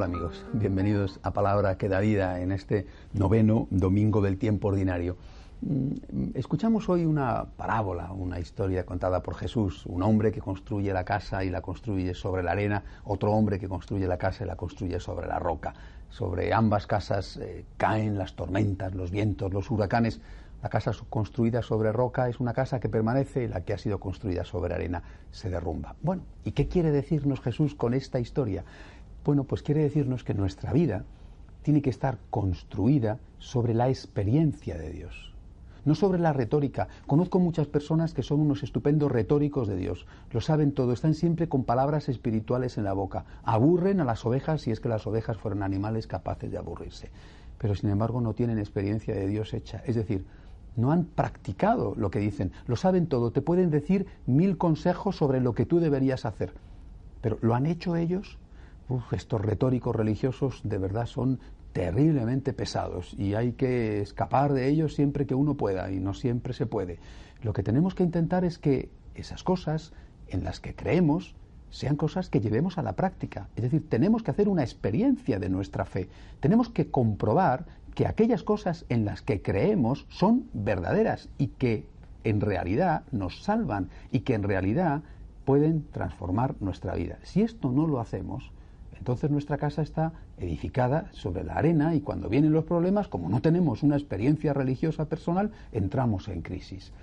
Hola amigos, bienvenidos a Palabra que da vida en este 9º domingo del tiempo ordinario. Escuchamos hoy una parábola, una historia contada por Jesús, un hombre que construye la casa y la construye sobre la arena, otro hombre que construye la casa y la construye sobre la roca. Sobre ambas casas caen las tormentas, los vientos, los huracanes. La casa construida sobre roca es una casa que permanece y la que ha sido construida sobre arena se derrumba. Bueno, ¿y qué quiere decirnos Jesús con esta historia? Bueno, pues quiere decirnos que nuestra vida tiene que estar construida sobre la experiencia de Dios, no sobre la retórica. Conozco muchas personas que son unos estupendos retóricos de Dios, lo saben todo, están siempre con palabras espirituales en la boca, aburren a las ovejas si es que las ovejas fueran animales capaces de aburrirse, pero sin embargo no tienen experiencia de Dios hecha, es decir, no han practicado lo que dicen, lo saben todo, te pueden decir 1000 consejos sobre lo que tú deberías hacer, pero ¿lo han hecho ellos? Estos retóricos religiosos de verdad son terriblemente pesados y hay que escapar de ellos siempre que uno pueda y no siempre se puede. Lo que tenemos que intentar es que esas cosas en las que creemos sean cosas que llevemos a la práctica. Es decir, tenemos que hacer una experiencia de nuestra fe. Tenemos que comprobar que aquellas cosas en las que creemos son verdaderas y que en realidad nos salvan y que en realidad pueden transformar nuestra vida. Si esto no lo hacemos, entonces nuestra casa está edificada sobre la arena y cuando vienen los problemas, como no tenemos una experiencia religiosa personal, entramos en crisis.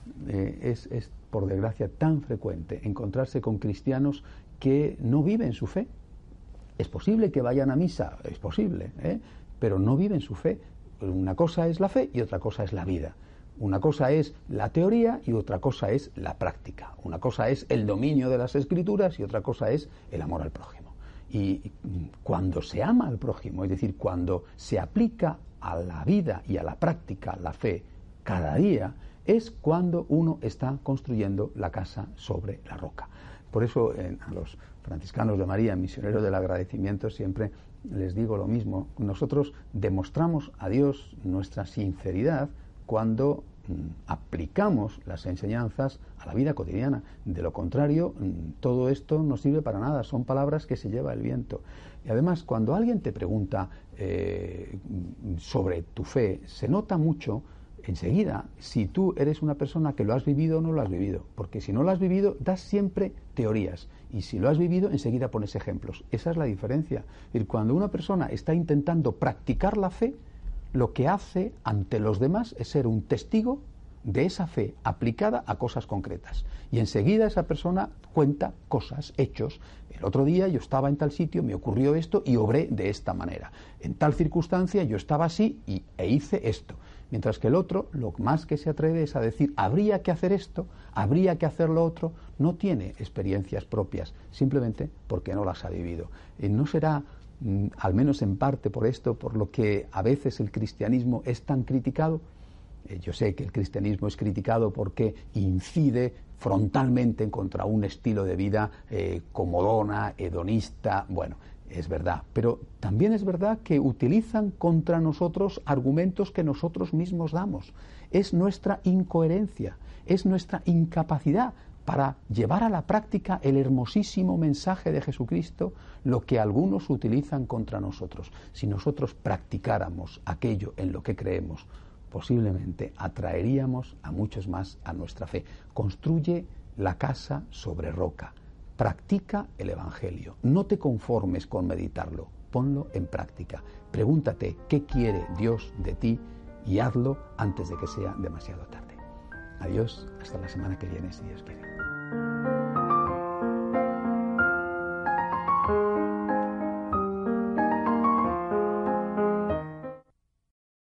Es por desgracia tan frecuente encontrarse con cristianos que no viven su fe. Es posible que vayan a misa, es posible, pero no viven su fe. Una cosa es la fe y otra cosa es la vida. Una cosa es la teoría y otra cosa es la práctica. Una cosa es el dominio de las Escrituras y otra cosa es el amor al prójimo. Y cuando se ama al prójimo, es decir, cuando se aplica a la vida y a la práctica la fe cada día, es cuando uno está construyendo la casa sobre la roca. Por eso a los franciscanos de María, misioneros del agradecimiento, siempre les digo lo mismo. Nosotros demostramos a Dios nuestra sinceridad cuando aplicamos las enseñanzas a la vida cotidiana. De lo contrario, todo esto no sirve para nada, son palabras que se lleva el viento. Y además, cuando alguien te pregunta sobre tu fe, se nota mucho enseguida si tú eres una persona que lo has vivido o no lo has vivido, porque si no lo has vivido, das siempre teorías, y si lo has vivido, enseguida pones ejemplos. Esa es la diferencia. Es decir, cuando una persona está intentando practicar la fe, lo que hace ante los demás es ser un testigo de esa fe aplicada a cosas concretas. Y enseguida esa persona cuenta cosas, hechos. El otro día yo estaba en tal sitio, me ocurrió esto y obré de esta manera. En tal circunstancia yo estaba así e hice esto. Mientras que el otro, lo más que se atreve es a decir, habría que hacer esto, habría que hacer lo otro. No tiene experiencias propias, simplemente porque no las ha vivido. No será al menos en parte por esto, por lo que a veces el cristianismo es tan criticado. Yo sé que el cristianismo es criticado porque incide frontalmente contra un estilo de vida comodona, hedonista. Bueno, es verdad, pero también es verdad que utilizan contra nosotros argumentos que nosotros mismos damos. Es nuestra incoherencia, es nuestra incapacidad para llevar a la práctica el hermosísimo mensaje de Jesucristo, lo que algunos utilizan contra nosotros. Si nosotros practicáramos aquello en lo que creemos, posiblemente atraeríamos a muchos más a nuestra fe. Construye la casa sobre roca, practica el Evangelio, no te conformes con meditarlo, ponlo en práctica. Pregúntate qué quiere Dios de ti y hazlo antes de que sea demasiado tarde. Adiós, hasta la semana que viene, si Dios quiere.